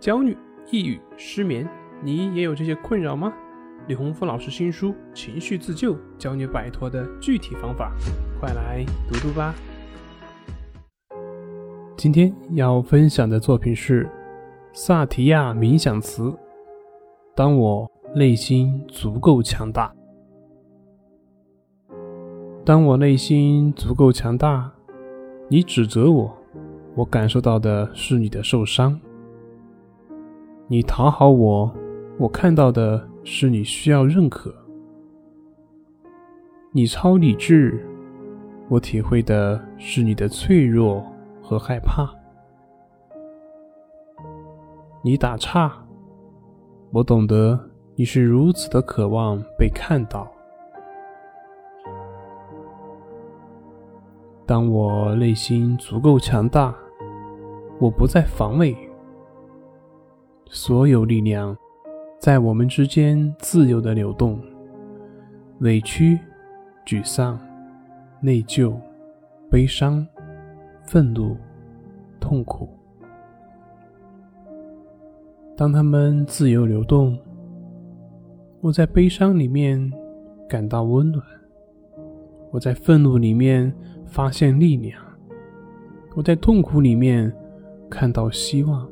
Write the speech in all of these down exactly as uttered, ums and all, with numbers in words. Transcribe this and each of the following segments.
焦虑、抑郁、失眠，你也有这些困扰吗？李洪福老师新书《情绪自救》教你摆脱的具体方法，快来读读吧。今天要分享的作品是萨提亚冥想词：当我内心足够强大。当我内心足够强大，你指责我，我感受到的是你的受伤；你讨好我，我看到的是你需要认可；你超理智，我体会的是你的脆弱和害怕；你打岔，我懂得你是如此的渴望被看到。当我内心足够强大，我不再防卫，所有力量在我们之间自由地流动，委屈、沮丧、内疚、悲伤、愤怒、痛苦。当它们自由流动，我在悲伤里面感到温暖，我在愤怒里面发现力量，我在痛苦里面看到希望。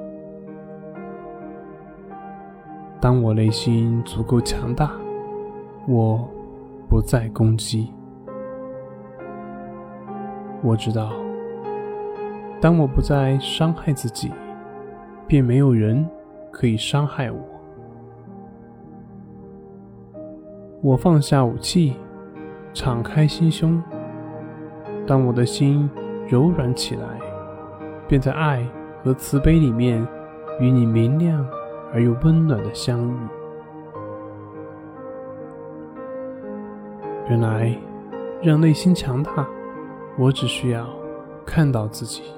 当我内心足够强大，我不再攻击。我知道，当我不再伤害自己，便没有人可以伤害我。我放下武器，敞开心胸。当我的心柔软起来，便在爱和慈悲里面与你明亮而又温暖的相遇。原来让内心强大，我只需要看到自己，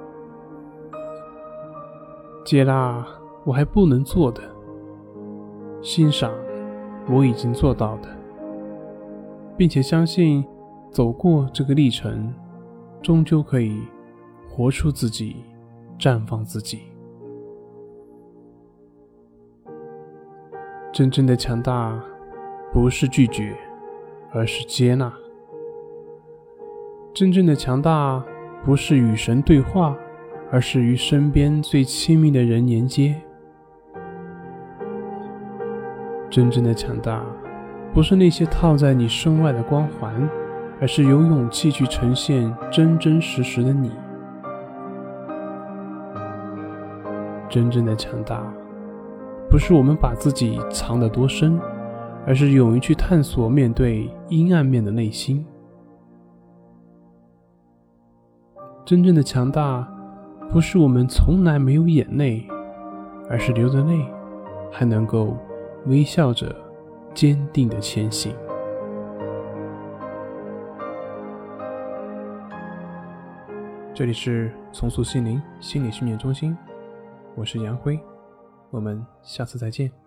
接纳我还不能做的，欣赏我已经做到的，并且相信走过这个历程，终究可以活出自己，绽放自己。真正的强大不是拒绝，而是接纳。真正的强大不是与神对话，而是与身边最亲密的人连接。真正的强大不是那些套在你身外的光环，而是有勇气去呈现真真实实的你。真正的强大不是我们把自己藏得多深，而是勇于去探索面对阴暗面的内心。真正的强大不是我们从来没有眼泪，而是流着泪还能够微笑着坚定地前行。这里是重塑心灵心理训练中心，我是杨辉，我们下次再见。